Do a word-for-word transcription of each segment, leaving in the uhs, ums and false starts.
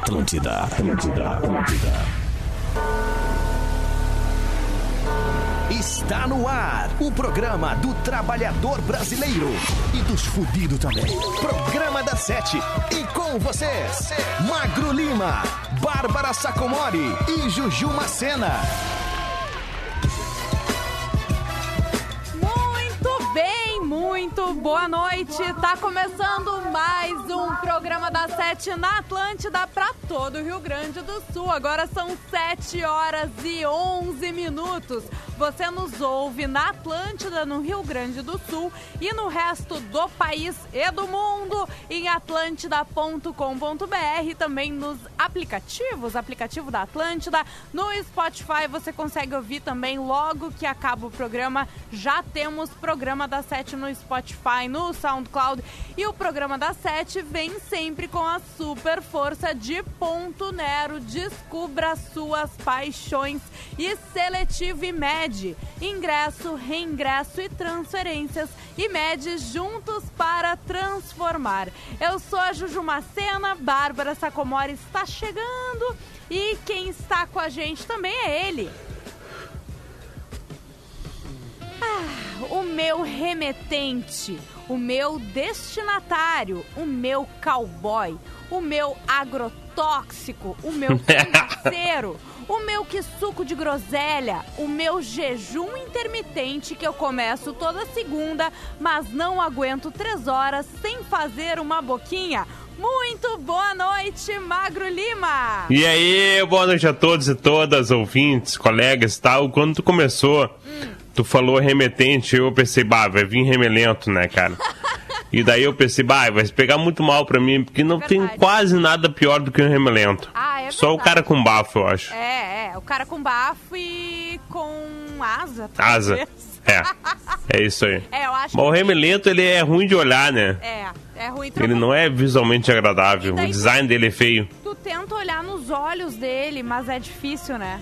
Atlântida, Atlântida, Atlântida. Está no ar o programa do trabalhador brasileiro e dos fudidos também. Programa da Sete. E com vocês, Magro Lima, Bárbara Sacomori e Juju Macena. Muito bem, muito boa noite. Tá começando mais um programa da Sete na Atlântida para todo o Rio Grande do Sul. Agora são sete horas e onze minutos. Você nos ouve na Atlântida, no Rio Grande do Sul e no resto do país e do mundo em atlântida ponto com ponto b r, também nos aplicativos, aplicativo da Atlântida, no Spotify você consegue ouvir também logo que acaba o programa. Já temos programa da Sete no Spotify, no SoundCloud, e o programa da Sete vem sempre com a super força de Ponto Nero. Descubra suas paixões e Seletivo e Med. Ingresso, reingresso e transferências. E Med juntos para transformar. Eu sou a Juju Macena, Bárbara Sacomori está chegando e quem está com a gente também é ele. Ah, o meu remetente, o meu destinatário, o meu cowboy, o meu agrotóxico, o meu parceiro. O meu que suco de groselha, o meu jejum intermitente que eu começo toda segunda, mas não aguento três horas sem fazer uma boquinha. Muito boa noite, Magro Lima! E aí, boa noite a todos e todas, ouvintes, colegas e tal. Quando tu começou, hum. tu falou remetente, eu pensei, bah, vai vir remelento, né, cara? E daí eu pensei, bah, vai pegar muito mal pra mim, porque não verdade. Tem quase nada pior do que um remelento. Ah, é Só verdade. O cara com bafo, eu acho. É, é, o cara com bafo e com asa. Asa, é, é isso aí. É, eu acho Mas que... o remelento, ele é ruim de olhar, né? É, é ruim. Ele não é visualmente agradável, o design tu, dele é feio. Tu tenta olhar nos olhos dele, mas é difícil, né?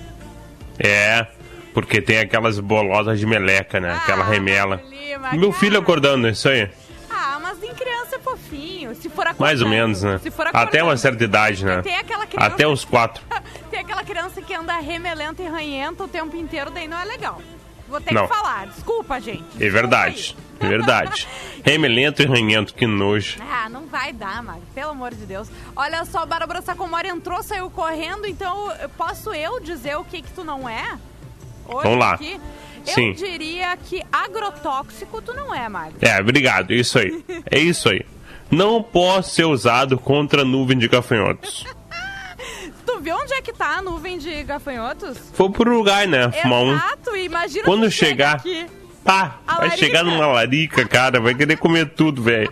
É, porque tem aquelas bolotas de meleca, né? Ah, aquela remela. Lima, Meu cara. filho acordando, é isso aí. Ah, mas em criança é fofinho. Se for acordando, mais ou menos, né? Se for até uma certa idade, né? Tem aquela criança... Até os quatro. Tem aquela criança que anda remelenta e ranhenta o tempo inteiro, daí não é legal. Vou ter não. que falar, desculpa, gente. Desculpa é verdade, aí. é verdade. Remelento e ranhento, que nojo. Ah, não vai dar, Magro, pelo amor de Deus. Olha só, a Bárbara Sacomori entrou, saiu correndo, então posso eu dizer o que que tu não é? Hoje Vamos lá. Aqui? Eu Sim. diria que agrotóxico tu não é, Magro. É, obrigado, isso aí. É isso aí. Não pode ser usado contra a nuvem de gafanhotos. Tu viu onde é que tá a nuvem de gafanhotos? Foi pro lugar, né? Fumar um. Exato, imagina quando chegar aqui. Pá, a vai larica. Chegar numa larica, cara, vai querer comer tudo, velho.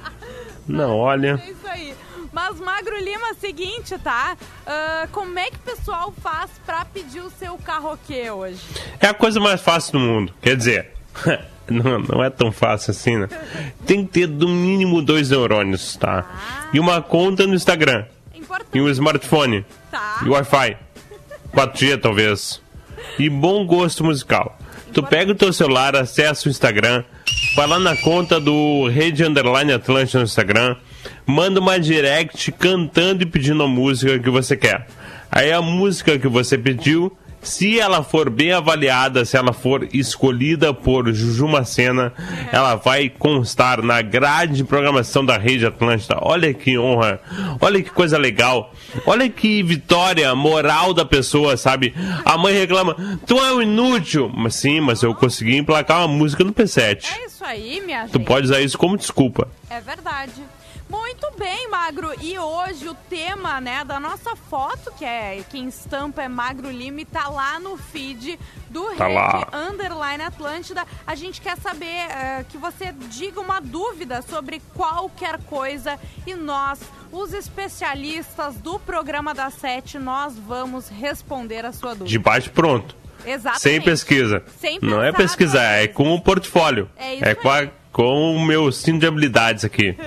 Não, olha. É isso aí. Mas, Magro Lima, seguinte, tá? Uh, como é que o pessoal faz pra pedir o seu karaokê hoje? É a coisa mais fácil do mundo. Quer dizer, não, não é tão fácil assim, né? Tem que ter do mínimo dois neurônios, tá? Ah. E uma conta no Instagram. Importante. E um smartphone. Tá. E Wi-Fi. quatro G, talvez. E bom gosto musical. Importante. Tu pega o teu celular, acessa o Instagram, vai lá na conta do Rede Underline Atlântida no Instagram, manda uma direct cantando e pedindo a música que você quer. Aí a música que você pediu, se ela for bem avaliada, se ela for escolhida por Juju Macena, é. ela vai constar na grade de programação da Rede Atlântida. Olha que honra, olha que coisa legal, olha que vitória moral da pessoa, sabe? A mãe reclama, tu é um inútil. Mas sim, mas eu consegui emplacar uma música no P sete. É isso aí, minha gente. Tu pode usar isso como desculpa. É verdade. Muito bem, Magro. E hoje o tema, né, da nossa foto, que é quem estampa é Magro Lima, e tá lá no feed do tá Rede lá. Underline Atlântida. A gente quer saber uh, que você diga uma dúvida sobre qualquer coisa e nós, os especialistas do programa da Sete, nós vamos responder a sua dúvida. De bate pronto. Exatamente. Sem pesquisa. Sem Não é pesquisar, é com o portfólio. É isso é com a... com o meu cinto de habilidades aqui.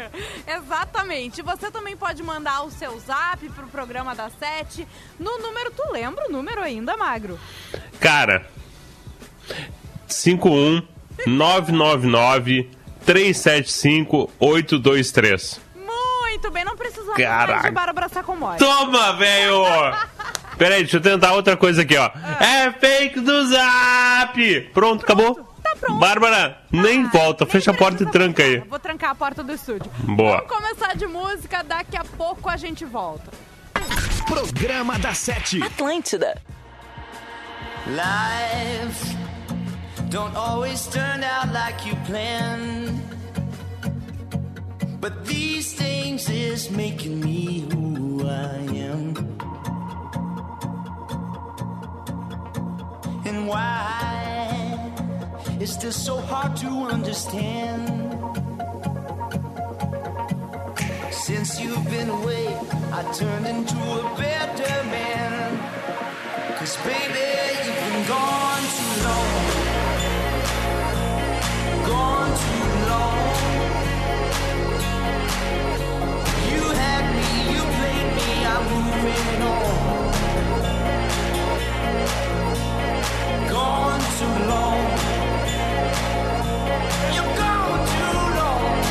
Exatamente. Você também pode mandar o seu zap pro programa da Sete no número, tu lembra o número ainda, Magro? Cara, cinco um nove nove nove três sete cinco oito dois três. Muito bem, não precisa amigas de Bárbara Sacomori. Toma, velho! Peraí, deixa eu tentar outra coisa aqui, ó. É, é fake do Zap! Pronto, pronto, acabou? Tá pronto. Bárbara, nem ah, volta, nem fecha a porta e tranca aí. Vou trancar a porta do estúdio. Boa. Vamos começar de música, daqui a pouco a gente volta. Programa da Sete. Atlântida. Life don't always turn out like you planned, but these things is making me who I am. And why is this so hard to understand? Since you've been away, I turned into a better man. 'Cause baby, you've been gone too long. Gone too long. You had me, you played me, I'm moving on. Gone too long. You're gone too long.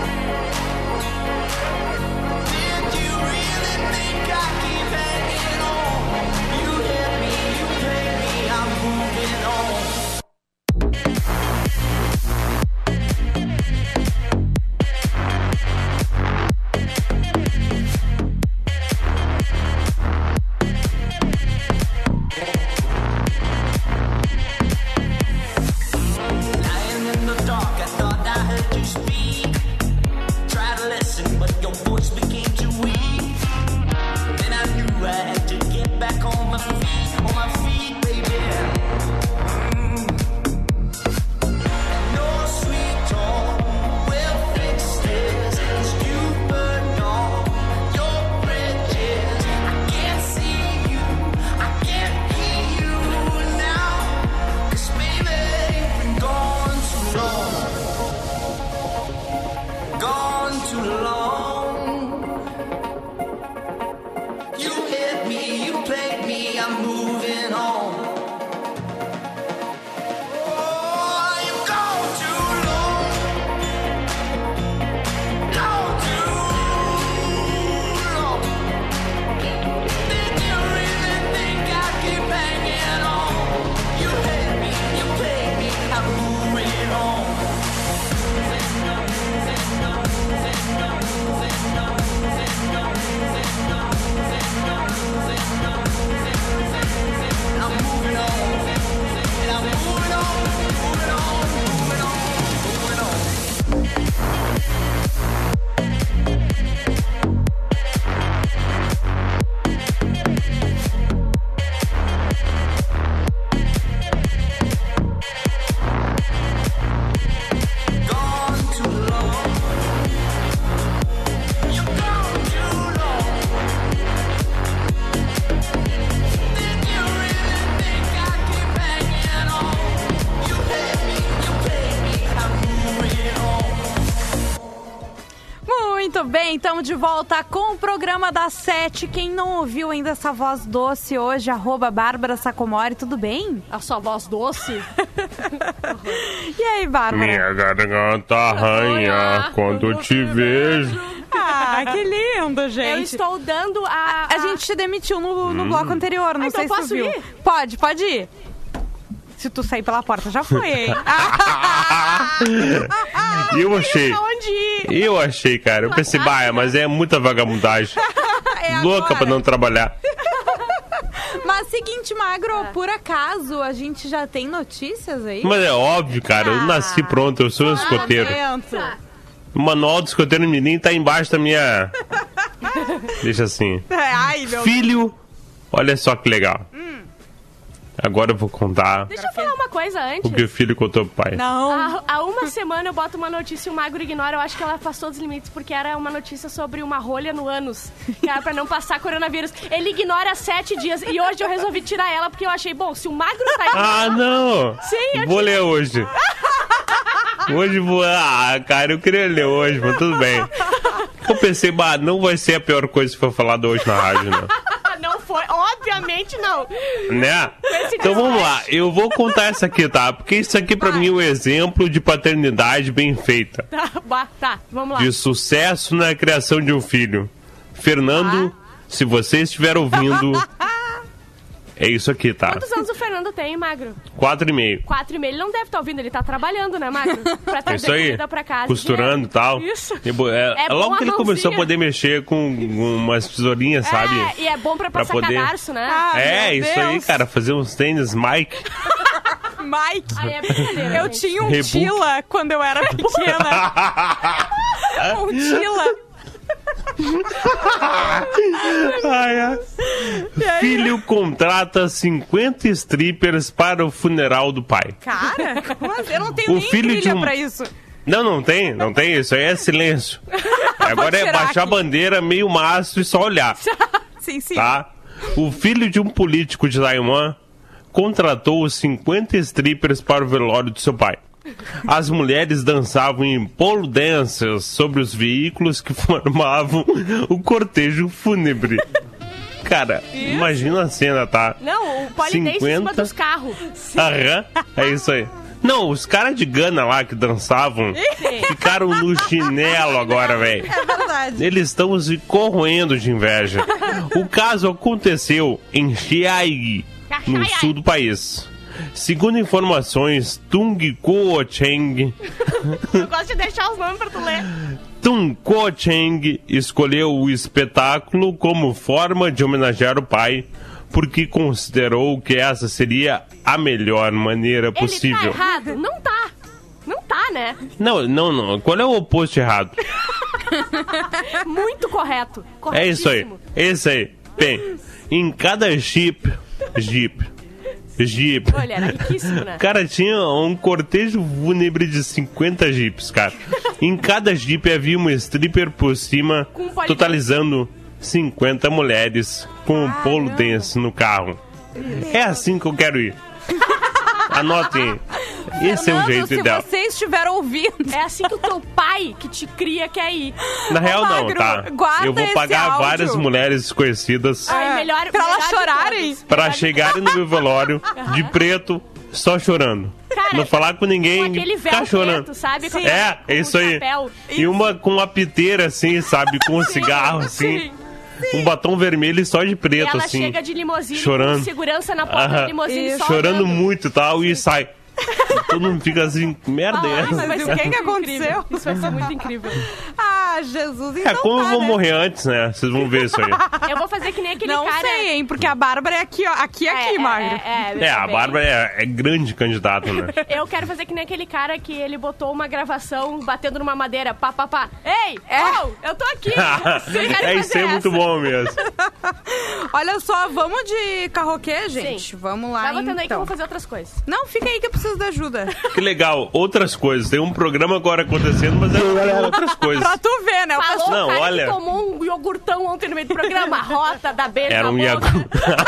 Did you really think I keep hanging on? You hit me, you played me, I'm moving on. Estamos de volta com o programa da Sete. Quem não ouviu ainda essa voz doce hoje, arroba Bárbara Sacomori, tudo bem? A sua voz doce? E aí, Bárbara? Minha garganta arranha quando te vejo. Ah, que lindo, gente. Eu estou dando a... A, a gente te demitiu no, no hum. bloco anterior, não ah, sei então se posso tu viu. Ir? Pode, pode ir. Se tu sair pela porta, já foi, hein? Eu achei. Eu achei, cara. Eu pensei, bah, mas é muita vagabundagem. É louca agora. Pra não trabalhar. Mas seguinte, Magro, é. por acaso a gente já tem notícias aí? Mas é óbvio, cara. Eu nasci pronto, eu sou um escoteiro. Ah, o manual do escoteiro menino tá embaixo da minha... Deixa assim. Ai, meu Filho, olha só que legal. Hum. Agora eu vou contar. Deixa eu falar uma coisa antes. O que o filho contou pro pai. Não. Há, há uma semana eu boto uma notícia e o Magro ignora. Eu acho que ela passou dos limites, porque era uma notícia sobre uma rolha no ânus, que era pra não passar coronavírus. Ele ignora há sete dias e hoje eu resolvi tirar ela, porque eu achei, bom, se o Magro tá ignorando... Ah, não! Sim, eu Vou ler hoje. Hoje vou... Ah, cara, eu queria ler hoje, mas tudo bem. Eu pensei, bah, não vai ser a pior coisa que foi falado hoje na rádio, não. Não foi, obviamente não. Né? Então vamos lá, eu vou contar essa aqui, tá? Porque isso aqui pra Vai. mim é um exemplo de paternidade bem feita. Tá, tá, vamos lá. De sucesso na criação de um filho. Fernando, se você estiver ouvindo, é isso aqui, tá? Quantos anos o Fernando tem, Magro? Quatro e meio. Quatro e meio. Ele não deve estar ouvindo, ele tá trabalhando, né, Magro? Pra É trazer isso aí, comida pra casa. costurando e tal. Isso. E, bo- é, É bom logo a que ele mãozinha. começou a poder mexer com umas tesourinhas, sabe? É, e é bom pra Pra passar poder- cadarço, né? Ah, É, meu isso aí, Deus. cara, fazer uns tênis Mike. Mike. Aí é brincadeira, Eu gente. tinha um Rebook. Tila quando eu era pequena. um Tila. Ai, ai. Filho contrata cinquenta strippers para o funeral do pai. Cara, como assim? Eu não tenho O nem filho de trilha um- pra isso. Não, não tem, não tem. Isso aí é silêncio. Agora é tirar baixar a aqui. bandeira, meio mastro e só olhar, Sim, sim. tá? O filho de um político de Taiwan contratou os cinquenta strippers para o velório de seu pai. As mulheres dançavam em pole dances sobre os veículos que formavam o cortejo fúnebre. Cara, imagina a cena, tá? Não, o polidense em cima cinquenta dos carros. Aham, é isso aí. Não, os caras de Gana lá que dançavam ficaram no chinelo agora, velho. É verdade. Eles estão se corroendo de inveja. O caso aconteceu em Chiayi, no sul do país. Segundo informações, Tung Kuo Cheng, Eu gosto de deixar os nomes pra tu ler. Tung Kuo Cheng escolheu o espetáculo como forma de homenagear o pai, porque considerou que essa seria a melhor maneira Ele possível. tá errado? Não tá. Não tá, né? Não, não, não. Qual é o oposto errado? Muito correto. É isso aí. Corretíssimo. É isso aí. Bem, em cada jeep, jeep, jeep, Olha, era riquíssimo, né? cara, tinha um cortejo fúnebre de cinquenta jeeps, cara. Em cada jeep havia uma stripper por cima, Com um pole totalizando cinquenta mulheres com um pole dance no carro. É assim que eu quero ir. Anotem. Esse é o Fernando, jeito se ideal. você estiver ouvindo, É assim que o teu pai, que te cria, quer ir. Na real, não, Magro, tá? guarda Eu vou esse pagar áudio. várias mulheres desconhecidas Ai, melhor, pra elas melhor de chorarem. todos. pra Melhor de chegarem no meu velório de preto, só chorando. Cara, Não falar com ninguém, Com aquele véu ficar chorando. preto, sabe? Com É, aquele- é com isso o aí. chapéu. E uma com uma piteira assim, sabe? Com um cigarro assim. Um batom vermelho e só de E preto, ela assim. chega de limusine chorando. com segurança na porta Aham. da limusine Isso. só Chorando olhando. muito e tal, e sai. Todo mundo fica assim, que merda é Ah, essa? mas vai Mas ser o que muito que aconteceu? incrível. Isso vai ser muito incrível. Ah, Jesus, É, então como eu tá, vou né? morrer antes, né? Vocês vão ver isso aí. Eu vou fazer que nem aquele Não cara... sei, hein? Porque a Bárbara é aqui, ó. Aqui, aqui, é, Magro. É, é, É, a também. Bárbara é, é grande candidata, né? Eu quero fazer que nem aquele cara que ele botou uma gravação batendo numa madeira, pá, pá, pá. Ei, É. oh, eu tô aqui. Eu quero É, isso fazer é muito essa. bom mesmo. Olha só, vamos de carroquê, gente? Sim. Vamos lá, Vai botando aí que eu então. vou fazer outras coisas. Não, fica aí que eu preciso de ajuda. Que legal. Outras coisas. Tem um programa agora acontecendo, mas é outras coisas. Pra tu ver, né? O Falou pessoal- Não, o cara olha- que tomou um iogurtão ontem no meio do programa. Rota da beijo Era na um boca. Yagu.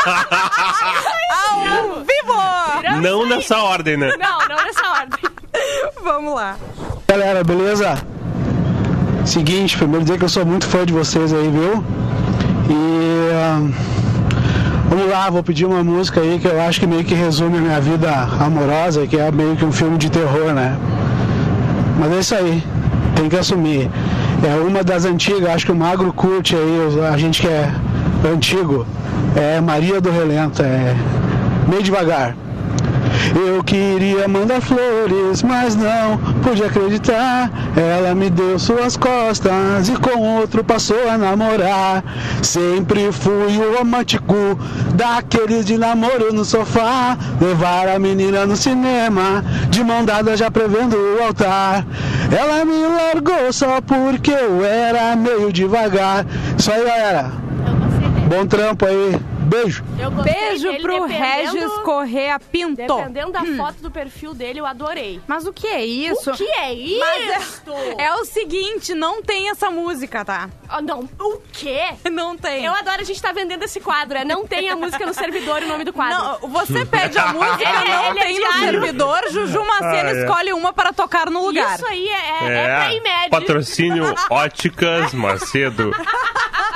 Ao vivo! Viramos Não isso aí. nessa ordem, né? Não, não nessa ordem. Vamos lá. Galera, beleza? Seguinte, primeiro dizer que eu sou muito fã de vocês aí, viu? E ah, vamos lá, vou pedir uma música aí que eu acho que meio que resume a minha vida amorosa, que é meio que um filme de terror, né? Mas é isso aí, tem que assumir. É uma das antigas, acho que o Magro curte aí, a gente que é antigo. É Maria do Relento, é meio devagar. Eu queria mandar flores, mas não pude acreditar. Ela me deu suas costas e com outro passou a namorar. Sempre fui o romântico daqueles de namoro no sofá. Levar a menina no cinema, de mão dada já prevendo o altar. Ela me largou só porque eu era meio devagar. Isso aí, galera. Eu gostei dele. Bom trampo aí. Beijo. Eu gostei Beijo dele, pro dependendo- Regis Correa Pinto. Dependendo da foto do perfil dele, eu adorei. Mas o que é isso? O que é isso? Mas é, é o seguinte, não tem essa música, tá? Ah, não, o quê? Não tem. Eu adoro, a gente tá vendendo esse quadro. É não tem a música no servidor e o nome do quadro. Não, você pede a música, Ele é- não ele é tem no diário. servidor, Juju Macena Ah, é. escolhe uma para tocar no lugar. Isso aí é, é, é pra Imed. Patrocínio Óticas Macedo.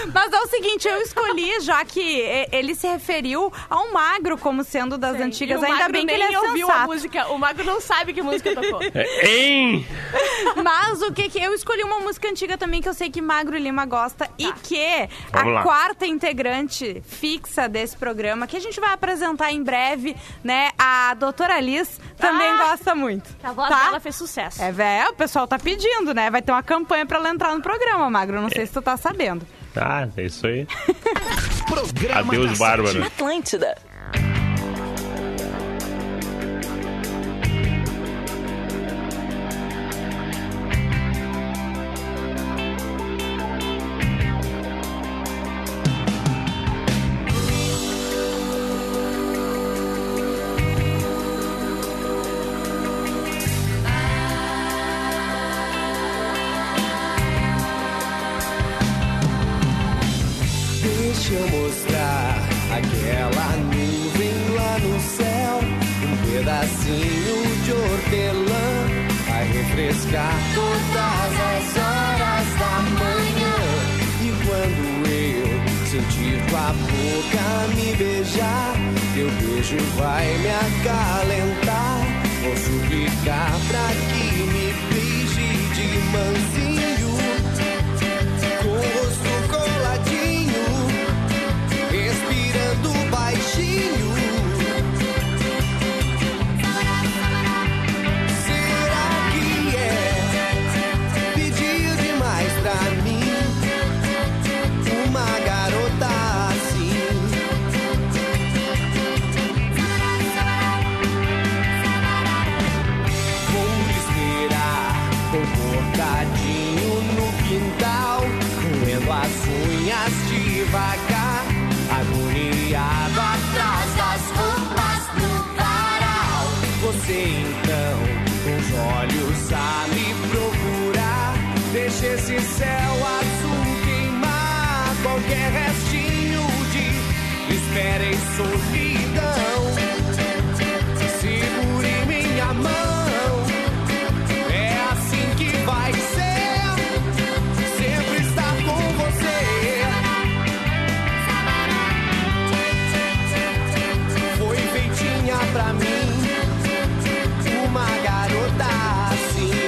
Mas é o seguinte, eu escolhi, já que ele se referiu ao Magro como sendo das Sim. antigas, E o ainda Magro bem que nem ele é ouviu sensato. a música. O Magro não sabe que música tocou. Hein? Mas o que que... Eu escolhi uma música antiga também que eu sei que Magro Lima gosta e que Vamos a lá. quarta integrante fixa desse programa, que a gente vai apresentar em breve, né, a doutora Liz, também Ah! gosta muito. A voz tá? dela fez sucesso. É, velho, o pessoal tá pedindo, né? Vai ter uma campanha pra ela entrar no programa, Magro. Não sei se tu tá sabendo. Ah, é isso aí. Programa Adeus, da Bárbara. Sete. Atlântida. Deixa eu mostrar aquela nuvem lá no céu. Um pedacinho de hortelã vai refrescar todas as horas da manhã. E quando eu sentir tua boca me beijar, teu beijo vai me acalentar. Vou suplicar pra que me beije de mansinho, com o rosto coladinho, respirando baixinho. Será que é pedir demais pra mim uma garota assim? Vou esperar comportadinho no quintal, roendo as unhas devagar, agoniado atrás das roupas no varal. Você então, com os olhos a me procurar, deixa esse céu azul queimar qualquer restinho de espera e solidão. Segure minha mão, é assim que vai ser, sempre estar com você. Foi feitinha pra mim, uma garota assim.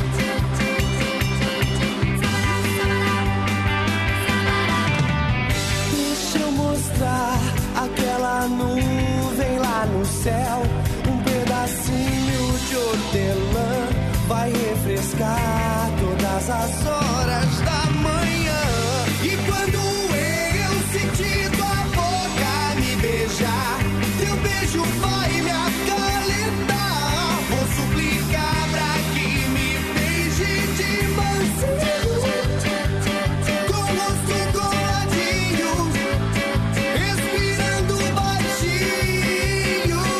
Deixa eu mostrar aquela nuvem lá no céu. Um pedacinho de hortelã vai refrescar todas as horas da manhã. E quando eu sentir tua boca me beijar, teu beijo vai me acalentar. Vou suplicar pra que me beije de mansinho, com o rosto coladinho, respirando baixinho.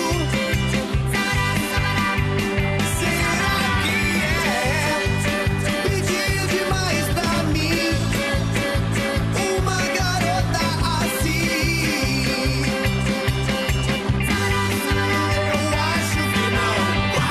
Será que é pedir demais pra mim uma garota assim? Eu acho que não.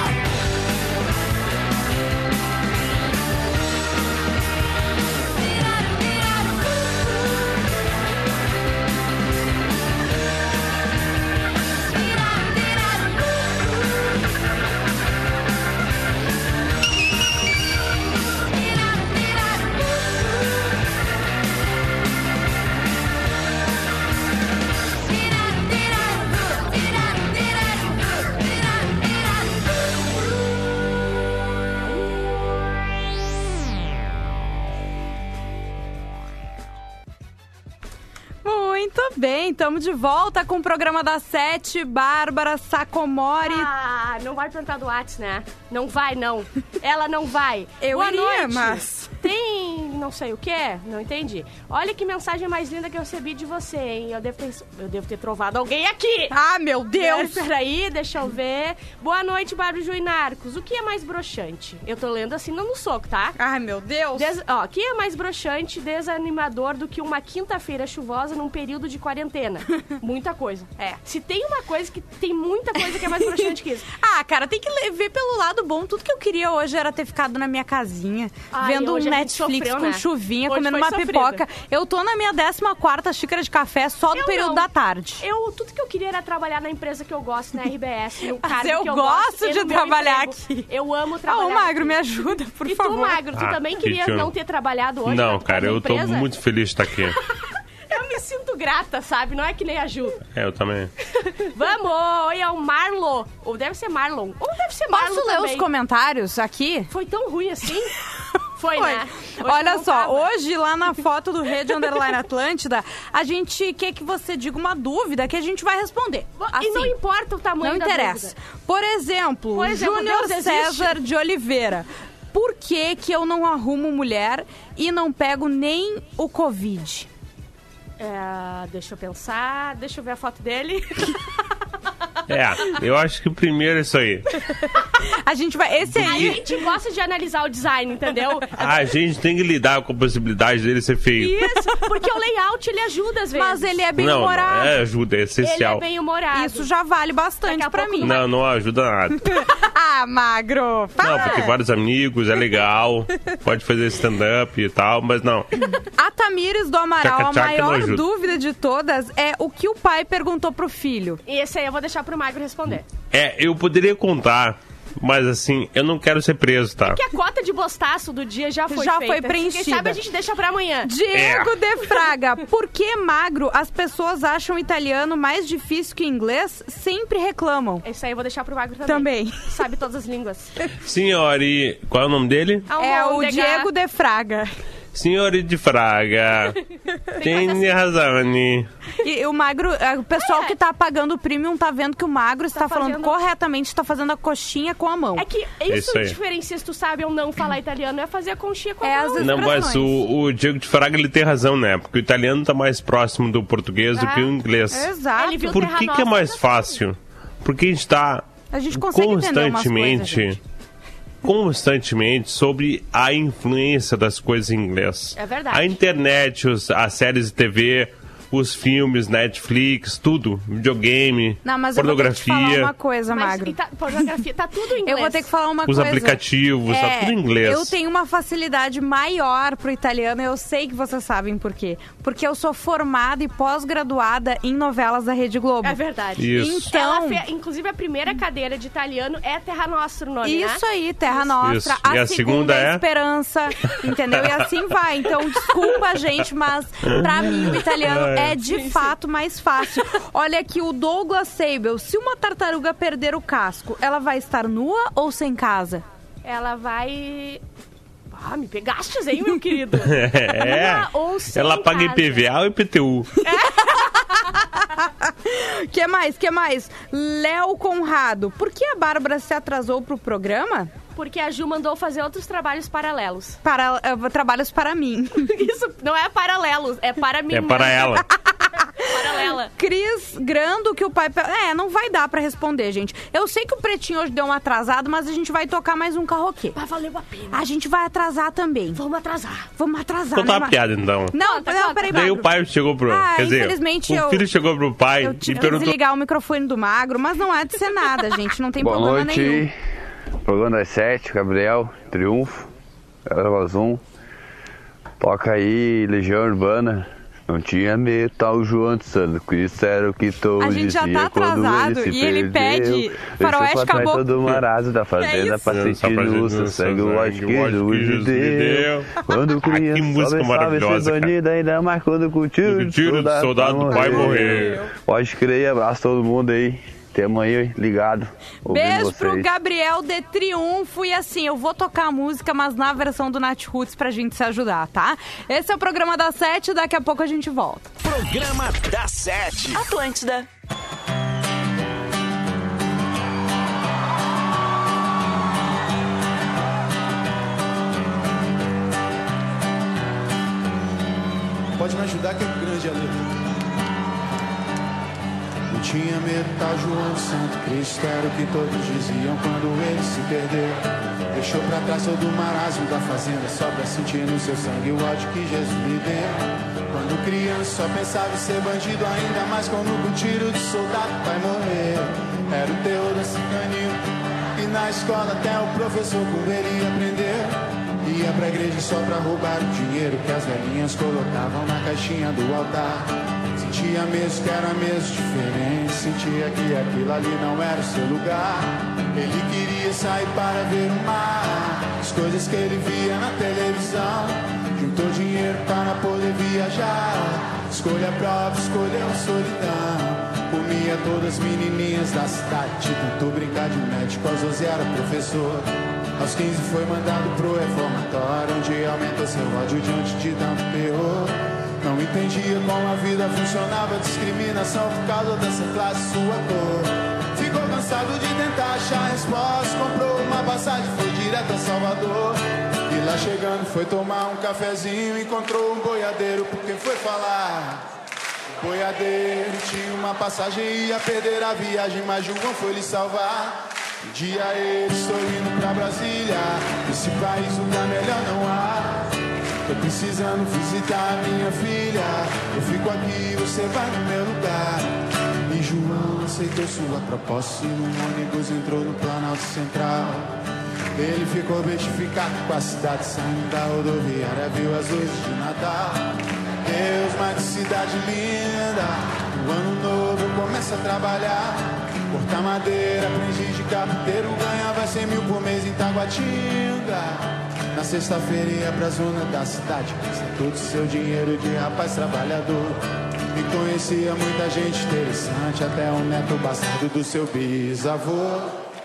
Muito bem, estamos de volta com o programa da Sete, Bárbara Sacomori. Ah, não vai perguntar do Whats, né? Não vai, não. Ela não vai. Eu Boa iria, noite. mas... Tem não sei o quê? Não entendi. Olha que mensagem mais linda que eu recebi de você, hein? Eu devo ter, eu devo ter trovado alguém aqui. Ah, meu Deus! Peraí, deixa eu ver. Boa noite, Bárbara e Juinarcos. O que é mais broxante? Eu tô lendo assim, não no soco, tá? Ai, meu Deus! Des... Ó, o que é mais broxante, desanimador do que uma quinta-feira chuvosa num período de quarentena? Muita coisa. É. Se tem uma coisa que... Tem muita coisa que é mais broxante que isso. Ah, cara, tem que le- ver pelo lado bom. Tudo que eu queria hoje era ter ficado na minha casinha, Ai, vendo um hoje a gente Netflix sofreu, com né? chuvinha, Hoje comendo foi uma sofrido. pipoca. Eu tô na minha décima quarta xícara de café só do Eu período não. da tarde. Eu, tudo que eu queria era trabalhar na empresa que eu gosto, na R B S. No Mas cargo eu que eu gosto e de no meu trabalhar emprego. aqui. Eu amo Ah, trabalhar. ô Magro, aqui. me ajuda, por E favor. tu, Magro, tu Ah, também que queria tio. não ter trabalhado hoje? Não, na- cara, na eu tô empresa? muito feliz de estar aqui. Eu me sinto grata, sabe? Não é que nem a Ju. É, eu também. Vamos! Oi, é o Marlon. Ou deve ser Marlon. Ou deve ser Marlon Posso ler também. os comentários aqui? Foi tão ruim assim? Foi, Foi. né? Hoje Olha eu não só, tava. hoje lá na foto do Rede Underline Atlântida, a gente quer que você diga uma dúvida que a gente vai responder. E não Assim, importa o tamanho não da interessa. dúvida. Por exemplo, Por exemplo, Júnior Deus existe. César de Oliveira. Por que que eu não arrumo mulher e não pego nem o Covid? É, deixa eu pensar. Deixa eu ver a foto dele. É, eu acho que o primeiro é isso aí. A gente vai... Esse A aí... gente gosta de analisar o design, entendeu? A gente tem que lidar com a possibilidade dele ser feio. Isso, porque o layout ele ajuda às vezes. Mas ele é Não, bem-humorado. é ajuda, é Ele essencial. é bem humorado. Isso já vale bastante Daqui a pra pouco mim. Não, não ajuda nada. Ah, Magro! Não, Para. porque vários amigos, é legal. Pode fazer stand-up e tal, mas não. A Tamires do Amaral, Tchaca, a tchaca, não maior ajuda. dúvida de todas é o que o pai perguntou pro filho. E esse aí eu vou deixar pro Magro responder. É, eu poderia contar, mas assim, eu não quero ser preso, tá? Que a cota de bostaço do dia já foi Já feita. foi preenchida. Quem sabe a gente deixa pra amanhã. Diego É. de Fraga, por que, Magro, as pessoas acham italiano mais difícil que inglês? Sempre reclamam. Esse aí eu vou deixar pro Magro também. Também. Sabe todas as línguas. Senhori, qual é o nome dele? É o Almôndega. Diego de Fraga. Senhori de Fraga. Tem razão, Ani. E o Magro, é, o pessoal É. que tá pagando o premium tá vendo que o Magro está falando fazendo- corretamente, está fazendo a coxinha com a mão. É que isso, Isso aí. diferencia se tu sabe ou não falar italiano, é fazer a conchinha com a É, mão. as Não, mas expressões. o, o Diego de Fraga, ele tem razão, né? Porque o italiano tá mais próximo do português do que o inglês. Exato. Ele viu Por Terra que, que é Nostra, mais né? fácil? Porque a gente tá A gente consegue entender umas coisas, constantemente, gente. constantemente sobre a influência das coisas em inglês. É verdade. A internet, os, as séries de T V, os filmes, Netflix, tudo, videogame, Não, mas eu vou ter que te falar pornografia, uma coisa, Mas Magro. e tá, pornografia, tá tudo em inglês. Eu vou ter que falar uma os coisa. aplicativos, tá É, tudo em inglês. Eu tenho uma facilidade maior pro italiano, eu sei que vocês sabem por quê. Porque eu sou formada e pós-graduada em novelas da Rede Globo. É verdade. Isso. Então, Ela fe- inclusive, a primeira cadeira de italiano é Terra Nostra, o nome, isso né? aí, Terra Nostra. Isso. A, E a segunda, segunda é é? Esperança, entendeu? E assim vai. Então, desculpa, gente, mas pra mim o italiano é de fato mais fácil. Olha aqui, o Douglas Seibel. Se uma tartaruga perder o casco, ela vai estar nua ou sem casa? Ela vai... Ah, me pegastes, hein, meu querido? É, Nua ou sem ela paga casa. I P V A ou I P T U? Que mais? Que mais? Léo Conrado. Por que a Bárbara se atrasou pro programa? Porque a Ju mandou fazer outros trabalhos paralelos. Para, uh, trabalhos para mim. Isso não é paralelos, é para mim. É para ela. Paralela. Cris Grando, que o pai... pe- É, não vai dar pra responder, gente. Eu sei que o Pretinho hoje deu um atrasado, mas a gente vai tocar mais um karaokê. Mas valeu a pena. A gente vai atrasar também. Vamos atrasar. Vamos atrasar, Contar né, uma Ma- piada, então. Não, Conta, não, conta. peraí, Daí Magro. o pai chegou pro... Ah, quer dizer, infelizmente o eu- filho chegou pro pai Eu e tive que perguntou... desligar o microfone do Magro, mas não é de ser nada, gente. Não tem Boa problema noite, nenhum. programa das sete, Gabriel, Triunfo, Galera Vazum. Toca aí Legião Urbana. Não tinha metal, João de Santo, isso era o que todos A gente já diziam tá quando atrasado ele se e ele perdeu. pede Faroeste Deixou pra trás Caboclo. todo marazo da fazenda isso? pra sentir no seu sangue o ódio que Jesus me deu. Quando que criança, música salve, salve, maravilhosa, esse cara. bandido, ainda mais quando com o tiro, O tiro do soldado do pai morreu. Pode crer, abraço todo mundo aí. Até amanhã, ligado. ouvindo Beijo pro vocês. Gabriel de Triunfo. E assim, eu vou tocar a música, mas na versão do Nat Roots pra gente se ajudar, tá? Esse é o programa da Sete, daqui a pouco a gente volta. Programa da Sete. Atlântida. Pode me ajudar que é grande a letra. Não tinha medo, tá João Santo Cristo, era o que todos diziam quando ele se perdeu. Deixou pra trás todo o marasmo da fazenda, só pra sentir no seu sangue o ódio que Jesus me deu. Quando criança só pensava em ser bandido, ainda mais quando com tiro de soldado vai morrer. Era o teor desse canil, e na escola até o professor com ele aprendeu. Ia pra igreja só pra roubar o dinheiro que as velhinhas colocavam na caixinha do altar. Sentia mesmo que era mesmo diferente, sentia que aquilo ali não era o seu lugar. Ele queria sair para ver o mar, as coisas que ele via na televisão. Juntou dinheiro para poder viajar, escolha própria, escolheu a solidão. Comia todas as menininhas da cidade, tentou brincar de médico, aos doze era professor. Aos quinze foi mandado pro reformatório, onde aumentou seu ódio diante de tanto terror. Não entendia como a vida funcionava, discriminação por causa dessa classe, sua cor. Ficou cansado de tentar achar resposta, comprou uma passagem, foi direto a Salvador. E lá chegando foi tomar um cafezinho, encontrou um boiadeiro porque foi falar. O boiadeiro tinha uma passagem, ia perder a viagem, mas João foi lhe salvar. Um dia ele estou indo pra Brasília, esse país lugar melhor não há. Tô precisando visitar minha filha, eu fico aqui, você vai no meu lugar. E João aceitou sua proposta e no ônibus entrou no Planalto Central. Ele ficou beatificado com a cidade, saindo da rodoviária, viu as luzes de Natal. Deus, mas que cidade linda, no ano novo começa a trabalhar. Cortar madeira, aprendiz de carpinteiro, ganhava cem mil por mês em Taguatinga. Na sexta-feira ia pra zona da cidade, gasta todo o seu dinheiro de rapaz trabalhador. E conhecia muita gente interessante, até o neto bastardo do seu bisavô.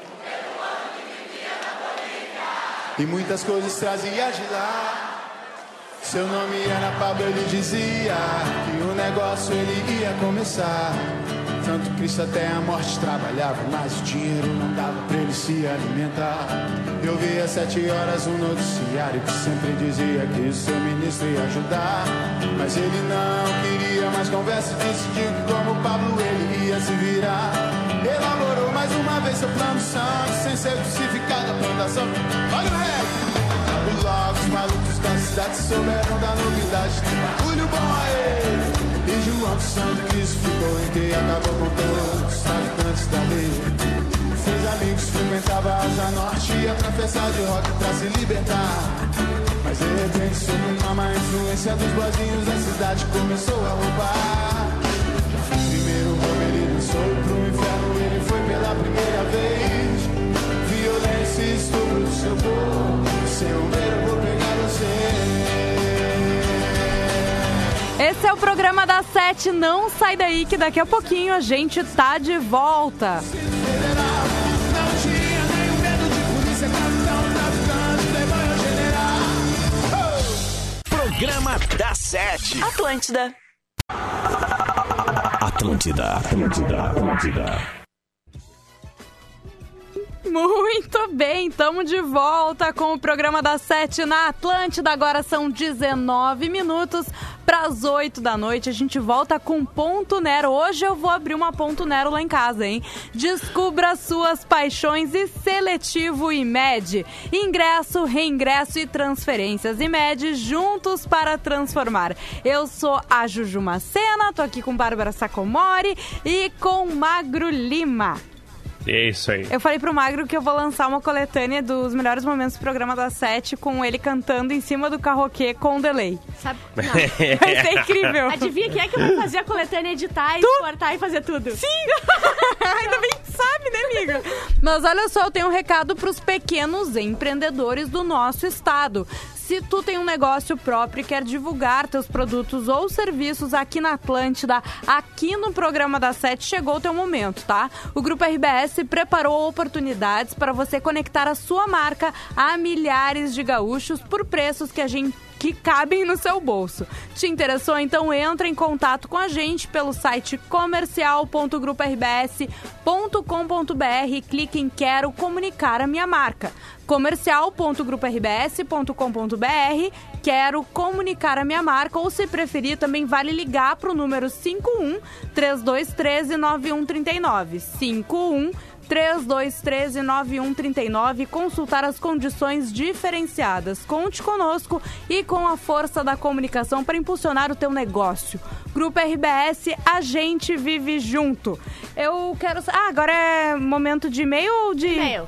E muitas coisas trazia de lá. Seu nome era Pablo, ele dizia que o negócio ele ia começar. Santo Cristo até a morte trabalhava, mas o dinheiro não dava pra ele se alimentar. Eu vi às sete horas um noticiário que sempre dizia que o seu ministro ia ajudar. Mas ele não queria mais conversa e decidiu que como Pablo ele ia se virar. Elaborou mais uma vez seu plano santo, sem ser crucificado a plantação. Olha o rei! Logo os malucos da cidade souberam da novidade. Bagulho bom aí! E João do Santo Cristo ficou em que acabou com todos os traficantes da lei. Fez amigos, frequentava a Asa Norte, ia pra festa de rock pra se libertar. Mas de repente, sob uma má influência dos boizinhos, a cidade começou a roubar. Primeiro como ele dançou pro inferno, ele foi pela primeira vez. Violência e estupro do seu corpo, sem o medo eu vou pegar você. Esse é o programa da Sete, não sai daí que daqui a pouquinho a gente tá de volta. Programa da Sete. Atlântida. Atlântida, Atlântida, Atlântida. Muito bem, estamos de volta com o programa da Sete na Atlântida. Agora são dezenove minutos para as oito da noite. A gente volta com Ponto Nero. Hoje eu vou abrir uma Ponto Nero lá em casa, hein? Descubra suas paixões e Seletivo I M E D. Ingresso, reingresso e transferências. I M E D juntos para transformar. Eu sou a Juju Macena, tô aqui com Bárbara Sacomori e com Magro Lima. É isso aí. Eu falei pro Magro que eu vou lançar uma coletânea dos melhores momentos do programa da Sete com ele cantando em cima do carroquê com delay. Sabe? Não. Vai ser incrível. Adivinha quem é que eu vou fazer a coletânea, editar, tu? exportar e fazer tudo? Sim! Ainda bem que sabe, né, amiga? Mas olha só, eu tenho um recado pros pequenos empreendedores do nosso estado. Se tu tem um negócio próprio e quer divulgar teus produtos ou serviços aqui na Atlântida, aqui no programa da Sete, chegou o teu momento, tá? O Grupo R B S preparou oportunidades para você conectar a sua marca a milhares de gaúchos por preços que a gente que cabem no seu bolso. Te interessou? Então entra em contato com a gente pelo site comercial ponto grupo r b s ponto com ponto b r e clique em Quero Comunicar a Minha Marca. comercial ponto grupo r b s ponto com ponto b r, Quero Comunicar a Minha Marca, ou se preferir também vale ligar para o número cinco um, três dois um três, nove um três nove, cinco um, três dois um três, nove um três nove, consultar as condições diferenciadas. Conte conosco e com a força da comunicação para impulsionar o teu negócio. Grupo R B S, a gente vive junto. Eu quero... Ah, agora é momento de e-mail ou de... E-mail.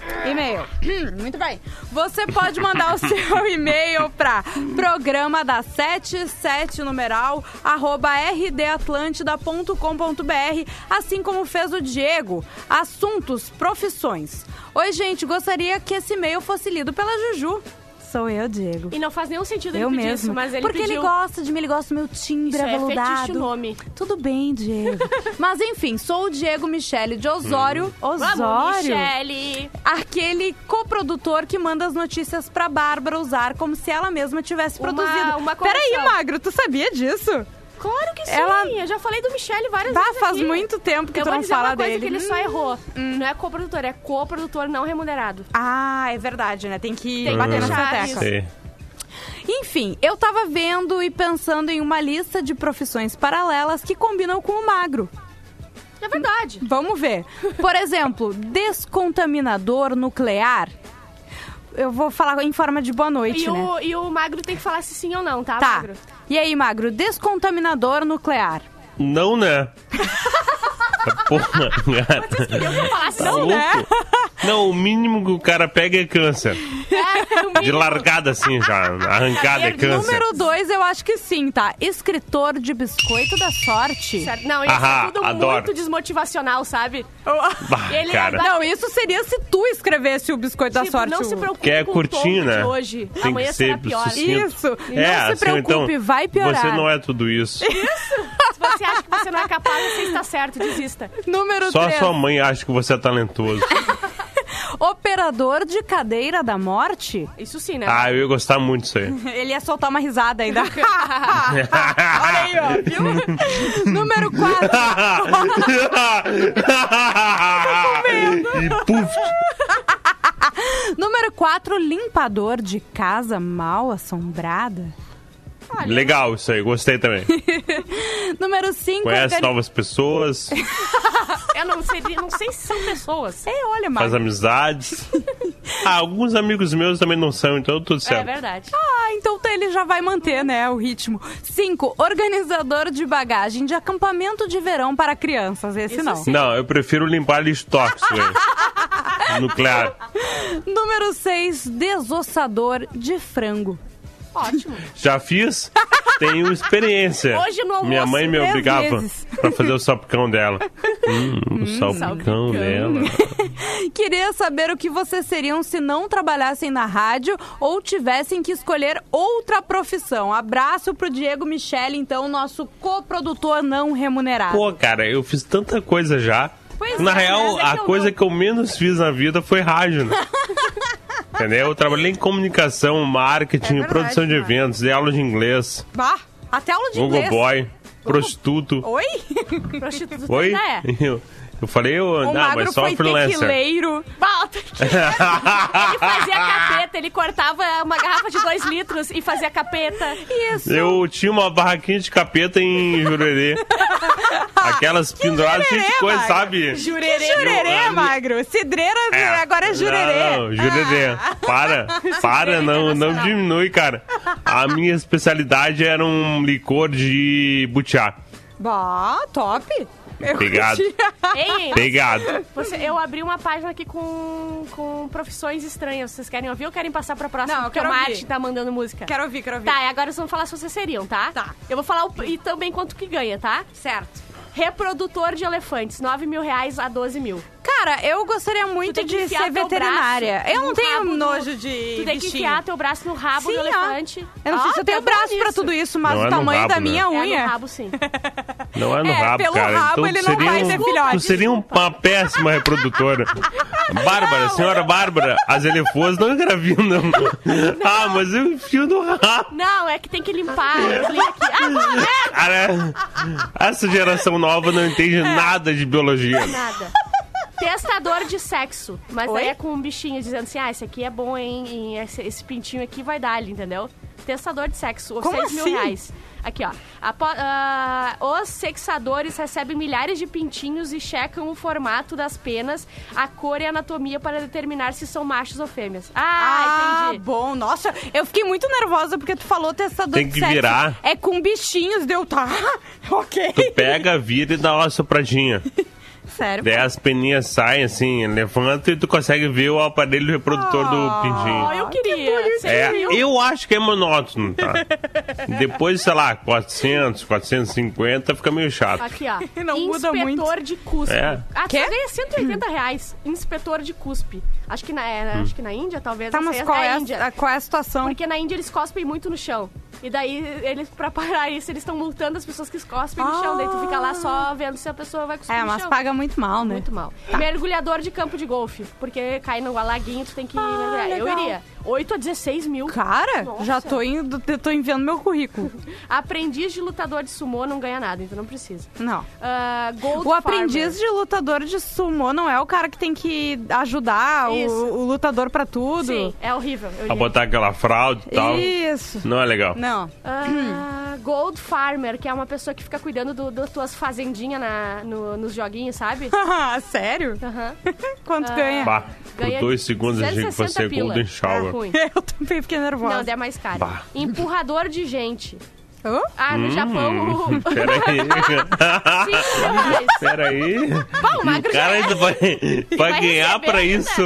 E-mail. Muito bem. Você pode mandar o seu e-mail para programa da sete sete numeral arroba r d atlântida ponto com ponto b r, assim como fez o Diego. Assuntos, profissões. Oi, gente, gostaria que esse e-mail fosse lido pela Juju. Sou eu, Diego. E não faz nenhum sentido eu ele pedir mesmo. isso, mas ele Porque pediu... ele gosta de mim, ele gosta do meu timbre Isso aveludado. é fetiche nome. Tudo bem, Diego. Mas enfim, sou o Diego Michele de Osório. Hum. Osório. Vamos, Michele. Aquele coprodutor que manda as notícias pra Bárbara usar como se ela mesma tivesse Uma- produzido. uma Peraí, correção. Magro, tu sabia disso? Claro que sim. Ela- Eu já falei do Michele várias Bah, vezes faz aqui. muito tempo que Eu tu vou não dizer fala uma coisa dele. que ele só Hum. errou. Não é coprodutor, é coprodutor não remunerado. Ah, é verdade, né? Tem que Tem que bater deixar nessa isso. tecla. Sei. Enfim, eu tava vendo e pensando em uma lista de profissões paralelas que combinam com o magro. É verdade. Vamos ver. Por exemplo, descontaminador nuclear. Eu vou falar em forma de boa noite, E né? o, e o Magro tem que falar se sim ou não, tá, Tá. Magro? E aí, Magro, descontaminador nuclear. Não, né? Porra, cara. Queriam que eu falasse Tá não, louco? né? Não, o mínimo que o cara pega é câncer. É, o mínimo. De largada assim já. Arrancada é câncer. Número dois, eu acho que sim, tá? Escritor de biscoito da sorte. Certo. Não, isso Aham, é tudo adoro. muito desmotivacional, sabe? Bah, Ele é cara. da- Não, isso seria se tu escrevesse o biscoito da Tipo, sorte. não se Hugo. preocupe Que é com o curtinho, tom né? de hoje. Tem Amanhã que será ser pior. sucinto. Isso. É, não se assim, preocupe, então, vai piorar. Você não é tudo isso. Se você acha que você não é capaz, você está certo, desista. Número Só a três. sua mãe acha que você é talentoso. Operador de cadeira da morte? Isso sim, né? Ah, eu ia gostar muito disso aí. Ele ia soltar uma risada ainda. Olha aí, ó. Viu? Número quatro. E puf. Número quatro, limpador de casa mal assombrada. Legal isso aí, gostei também. Número cinco, Conhece organi- novas pessoas, Eu não sei, não sei se são pessoas. É, olha, faz Magro. amizades. Ah, alguns amigos meus também não são, então tudo É certo. verdade. Ah, então ele já vai manter, né, o ritmo. Cinco, organizador de bagagem de acampamento de verão para crianças. Esse Isso não. sim. Não, eu prefiro limpar lixo tóxico, velho. Nuclear. Número seis, desossador de frango. Ótimo. Já fiz, tenho experiência. Hoje no almoço, Minha mãe me três obrigava vezes. pra fazer o salpicão dela. Hum, o salpicão, salpicão. dela. Queria saber o que vocês seriam se não trabalhassem na rádio ou tivessem que escolher outra profissão. Abraço pro Diego Michele, então, nosso coprodutor não remunerado. Pô, cara, eu fiz tanta coisa já. Pois Na é, real, mas é que a eu coisa não- que eu menos fiz na vida foi rádio, né? Entendeu? Eu trabalhei em comunicação, marketing, É verdade, produção de cara. eventos, dei aula de inglês, Bah, até aula de Google inglês. Boy, prostituto. Oi? Prostituta Oi? ainda é. Eu, eu falei, eu, O não, Magro mas só foi freelancer. tequileiro. Balta. Ele fazia capeta, ele cortava uma garrafa de dois litros e fazia capeta. Isso. Eu tinha uma barraquinha de capeta em Jurerê. Aquelas penduradas cheias de jurerê, coisa, Magro? sabe? Jurerê, jurerê, Eu- Magro. Cidreira, agora é jurerê. Não, jurerê. Ah. Para, para, não, não diminui, cara. A minha especialidade era um licor de butiá. Bah, top. Eu Pegado. curti. Ei, Pegado. você, eu abri uma página aqui com, com profissões estranhas. Vocês querem ouvir ou querem passar pra próxima? Não, eu Porque quero o ouvir. Marte tá mandando música. Quero ouvir, quero ouvir. Tá, e agora vocês vão falar se vocês seriam, tá? Tá. Eu vou falar o, e também quanto que ganha, tá? Certo. Reprodutor de elefantes, nove mil reais a doze mil. Cara, eu gostaria muito tem que de enfiar ser teu veterinária. braço Eu não no tenho rabo do- nojo de Tu tem que bichinho. enfiar teu braço no rabo Sim, do ó. elefante. Eu não sei Ah, se eu tenho tá bom braço pra nisso. tudo isso, mas Não o é no tamanho rabo, da né? minha É unha. no rabo, sim. Não é no É, rabo, pelo cara. rabo então ele tu não seria vai um, ser filhote. Tu seria uma péssima reprodutora. Bárbara, senhora Bárbara, as elefôs não engravidam. não. Ah, mas eu enfio no rabo. Não, é que tem que limpar. Eu li aqui. Ah, não, é Cara, essa geração nova não entende nada de biologia. nada. Testador de sexo. Mas Oi? daí é com um bichinho dizendo assim, ah, esse aqui é bom, hein? E esse, esse pintinho aqui vai dar ali, entendeu? Testador de sexo, Como seis mil assim? reais. Aqui, ó. Apo- ah, os sexadores recebem milhares de pintinhos e checam o formato das penas, a cor e a anatomia para determinar se são machos ou fêmeas. Ah, Ah, entendi. bom. Nossa, eu fiquei muito nervosa porque tu falou testador Tem de que sexo. virar. É com bichinhos, deu tá? Ok. Tu pega, vira e dá uma sopradinha. Sério? Daí as peninhas saem assim, levanta e tu consegue ver o aparelho reprodutor do pintinho. Oh, eu queria. Você É, viu? eu acho que é monótono, tá? Depois, sei lá, quatrocentos, quatrocentos e cinquenta fica meio chato. Aqui, ó. Não muda Inspetor muito. de cuspe. É. Ah, Quê? só ganha cento e oitenta reais. Inspetor de cuspe. Acho que na, é, acho que na Índia, talvez. Tá, não mas sei, qual é é, a a, Índia. a- qual é a situação? Porque na Índia eles cospem muito no chão. E daí, eles, pra parar isso, eles estão multando as pessoas que cospem no chão. Daí tu fica lá só vendo se a pessoa vai cuspir É, no mas chão. paga muito mal, né? Muito mal. Tá. Mergulhador de campo de golfe. Porque cai no laguinho, tu tem que mergulhar. Eu legal. iria. oito a dezesseis mil. Cara, Nossa. já tô indo, tô enviando meu currículo. Aprendiz de lutador de sumô não ganha nada, então não precisa. Não. Ah, Gold O aprendiz Farmer. de lutador de sumô não é o cara que tem que ajudar o, Isso. o lutador pra tudo? Sim, é horrível. Eu Pra iria. botar aquela fralda e tal. Isso. Não é legal. Não. Ah, Gold Farmer, que é uma pessoa que fica cuidando do- das tuas fazendinhas na, no- nos joguinhos, sabe? Sério? Aham. Quanto Ah. ganha? Bah, por Ganha dois segundos eu achei que fosse duzentos e sessenta pila. Golden Shower. É ruim. Eu também fiquei nervosa. Não, é mais caro. Bah. Empurrador de gente. Hã? Ah, no Japão... o- Peraí. cinco mil reais. Peraí. Bom, o magro Cara, já é. tu vai, vai vai ganhar receber pra ainda. isso.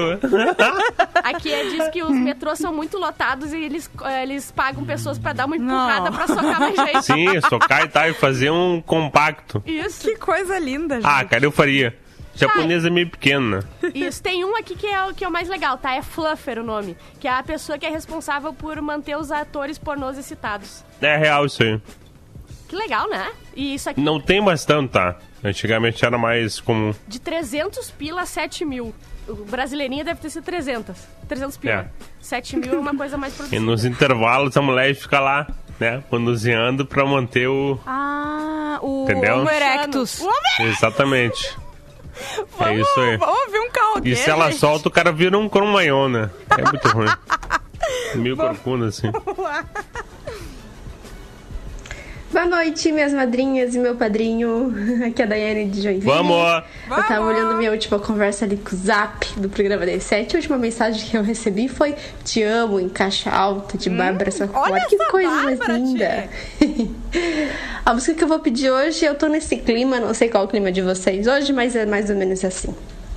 Aqui é, diz que os metrôs são muito lotados e eles, eh, eles pagam pessoas pra dar uma empurrada Não. pra socar mais gente. Sim, socar e tal, e fazer um compacto. Isso. Que coisa linda, gente. Ah, cara, eu faria. Japonesa é meio pequena. Isso, tem um aqui que é, o, que é o mais legal, tá? É Fluffer o nome. Que é a pessoa que é responsável por manter os atores pornôs excitados. É real isso aí. Que legal, né? E isso aqui, Não tem mais tanto, tá? Antigamente era mais comum. de trezentos pila a sete mil. O brasileirinha deve ter sido trezentos. trezentos pila. É. sete mil é uma coisa mais E produzida. nos intervalos a mulher fica lá, né? Manuseando pra manter o... Ah, o Entendeu? Homo erectus. Exatamente. É isso aí. Vamos ouvir um carro E se ela solta, o cara vira um cromanhão, né? É muito ruim. Meio corcunda, assim. Boa noite, minhas madrinhas e meu padrinho. Aqui é a Daiane de Joinville. Vamos! Eu tava olhando minha última conversa ali com o Zap do programa D sete. A última mensagem que eu recebi foi: Te amo, em caixa alta, de Bárbara Sacomori. olha Que essa coisa mais Bárbara, linda! A música que eu vou pedir hoje, eu tô nesse clima, não sei qual é o clima de vocês hoje, mas é mais ou menos assim.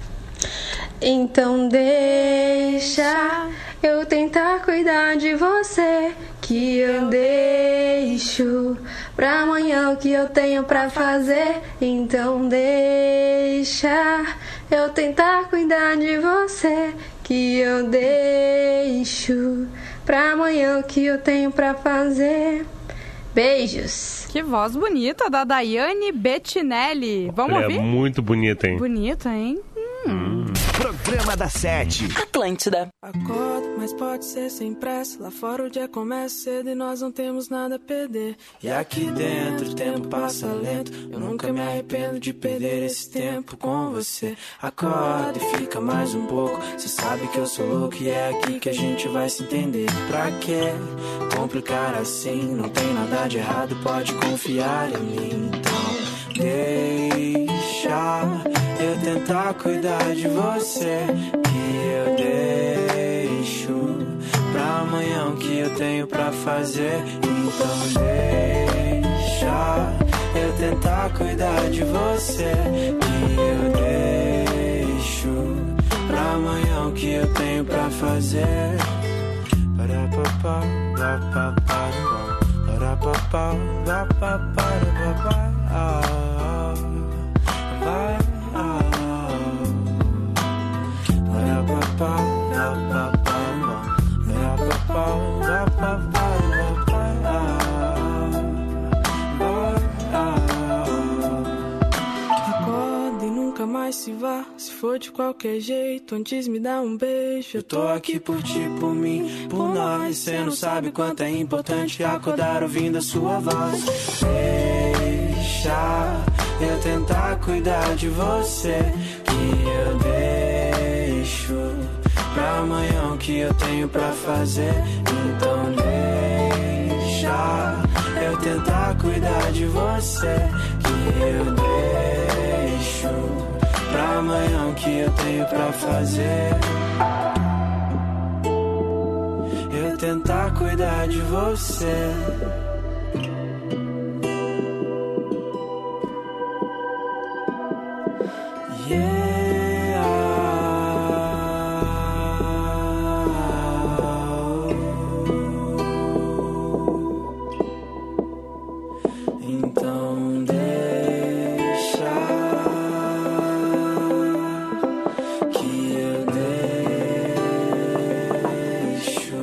Então deixa eu tentar cuidar de você, que eu deixo pra amanhã o que eu tenho pra fazer. Então deixa eu tentar cuidar de você, que eu deixo pra amanhã o que eu tenho pra fazer. Beijos. Que voz bonita da Daiane Bettinelli. Vamos Ela é ouvir? muito bonita, hein? Bonita, hein? Programa da Sete. Atlântida. Acordo, mas pode ser sem pressa. Lá fora o dia começa cedo e nós não temos nada a perder. E aqui dentro o tempo passa lento. Eu nunca me arrependo de perder esse tempo com você. Acorda e fica mais um pouco. Cê sabe que eu sou louco e é aqui que a gente vai se entender. Pra quê complicar assim? Não tem nada de errado, pode confiar em mim. Então deixa eu tentar cuidar de você, que eu deixo pra amanhã o que eu tenho pra fazer. Então deixa eu tentar cuidar de você, que eu deixo pra amanhã o que eu tenho pra fazer. Para papá, para papá, para papá, para papá, para papá. Vai. Acorda e nunca mais se vá. Se for de qualquer jeito, antes me dá um beijo. Eu tô aqui por ti, por mim, por nós. Cê não sabe quanto é importante acordar ouvindo a sua voz. Deixa eu tentar cuidar de você, que eu deixo pra amanhã o que eu tenho pra fazer. Então deixa eu tentar cuidar de você, que eu deixo pra amanhã o que eu tenho pra fazer. Eu tentar cuidar de você. Então deixa que eu deixo.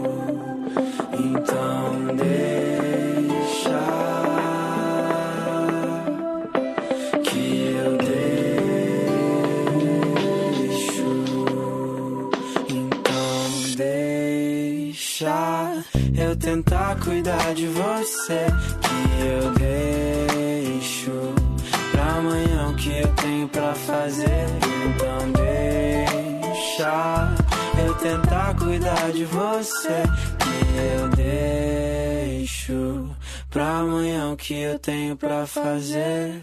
Então deixa que eu deixo. Então deixa eu tentar cuidar de você. Eu deixo pra amanhã o que eu tenho pra fazer. Então deixa eu tentar cuidar de você. Que eu deixo pra amanhã o que eu tenho pra fazer.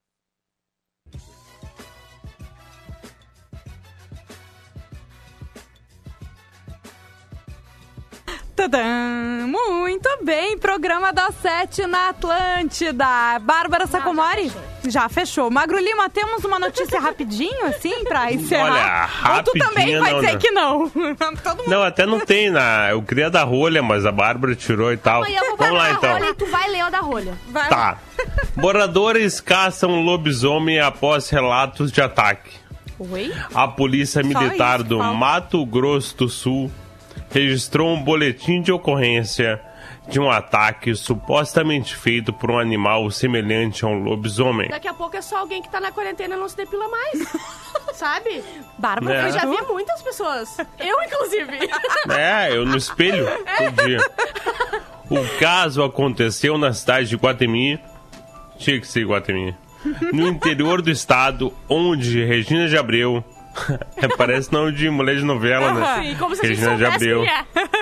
Tadã! Muito bem, programa das sete na Atlântida. Bárbara Sacomori, já fechou. já fechou. Magro Lima, temos uma notícia rapidinho, assim, pra encerrar? Olha, rapidinho. Ou tu também vai não, dizer não. que não? Todo mundo... Não, até não tem. Na... Eu queria dar rolha, mas a Bárbara tirou e tal. Amanhã eu vou Vamos lá, dar então. rolha e tu vai ler o da rolha. Vai Tá. lá. Moradores caçam lobisomem após relatos de ataque. Oi? A Polícia Militar isso que do falta. Mato Grosso do Sul registrou um boletim de ocorrência de um ataque supostamente feito por um animal semelhante a um lobisomem. Daqui a pouco é só alguém que tá na quarentena e não se depila mais. Sabe? Bárbara, É. Eu já vi muitas pessoas. Eu, inclusive. É, eu no espelho todo dia. O caso aconteceu na cidade de Guatemi. Tinha que ser Guatemi. No interior do estado, onde Regina de Abreu... É, parece nome de mulher de novela, né? Sim, como se a gente Regina de soubesse Abreu.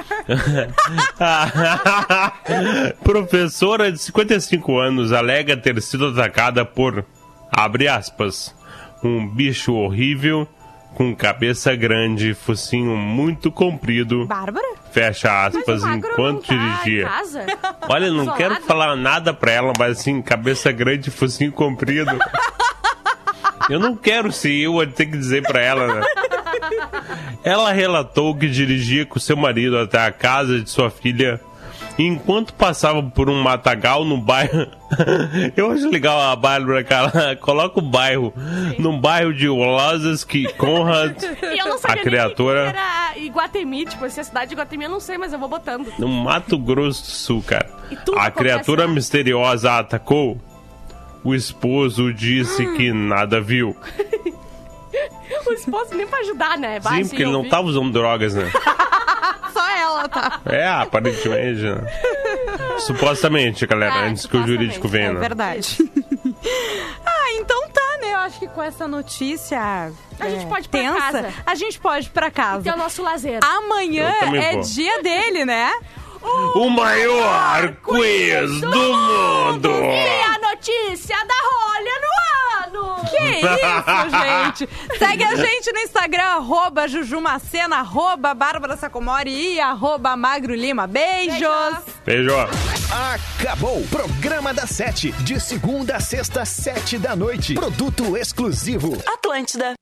quem é. Professora de cinquenta e cinco anos alega ter sido atacada por, abre aspas, um bicho horrível com cabeça grande, focinho muito comprido. Bárbara? Fecha aspas, enquanto tá dirigia. Em casa? Olha, eu não Isolado? quero falar nada pra ela, mas assim, cabeça grande, focinho comprido. Eu não quero ser eu a ter que dizer pra ela, né? Ela relatou que dirigia com seu marido até a casa de sua filha enquanto passava por um matagal no bairro. Eu acho legal a Bárbara, cara. Coloca o bairro. No bairro de Olazaski, Conrad. E eu não sabia a criatura. nem que era Iguatemi, tipo, essa cidade de Iguatemi eu não sei, mas eu vou botando. No Mato Grosso do Sul, cara. E tudo A acontece criatura lá. misteriosa a atacou. O esposo disse Hum. que nada viu. O esposo nem pra ajudar, né? Vai, Sim, porque ele não tava usando drogas, né? Só ela, tá? É, aparentemente, né? Supostamente, galera, É, antes que o jurídico venha, É né? verdade. Ah, então tá, né? Eu acho que com essa notícia A gente é, pode ir pra tensa, casa. a gente pode ir pra casa. Então é o nosso lazer. Amanhã Eu também é vou. dia dele, né? O maior quiz do mundo! E a notícia da rolha no ano! Que isso, gente! Segue a gente no Instagram, arroba Jujumacena, arroba Bárbara Sacomori e arroba Magro Lima. Beijos! Beijo! Acabou! Programa da Sete, de segunda a sexta, sete da noite. Produto exclusivo. Atlântida.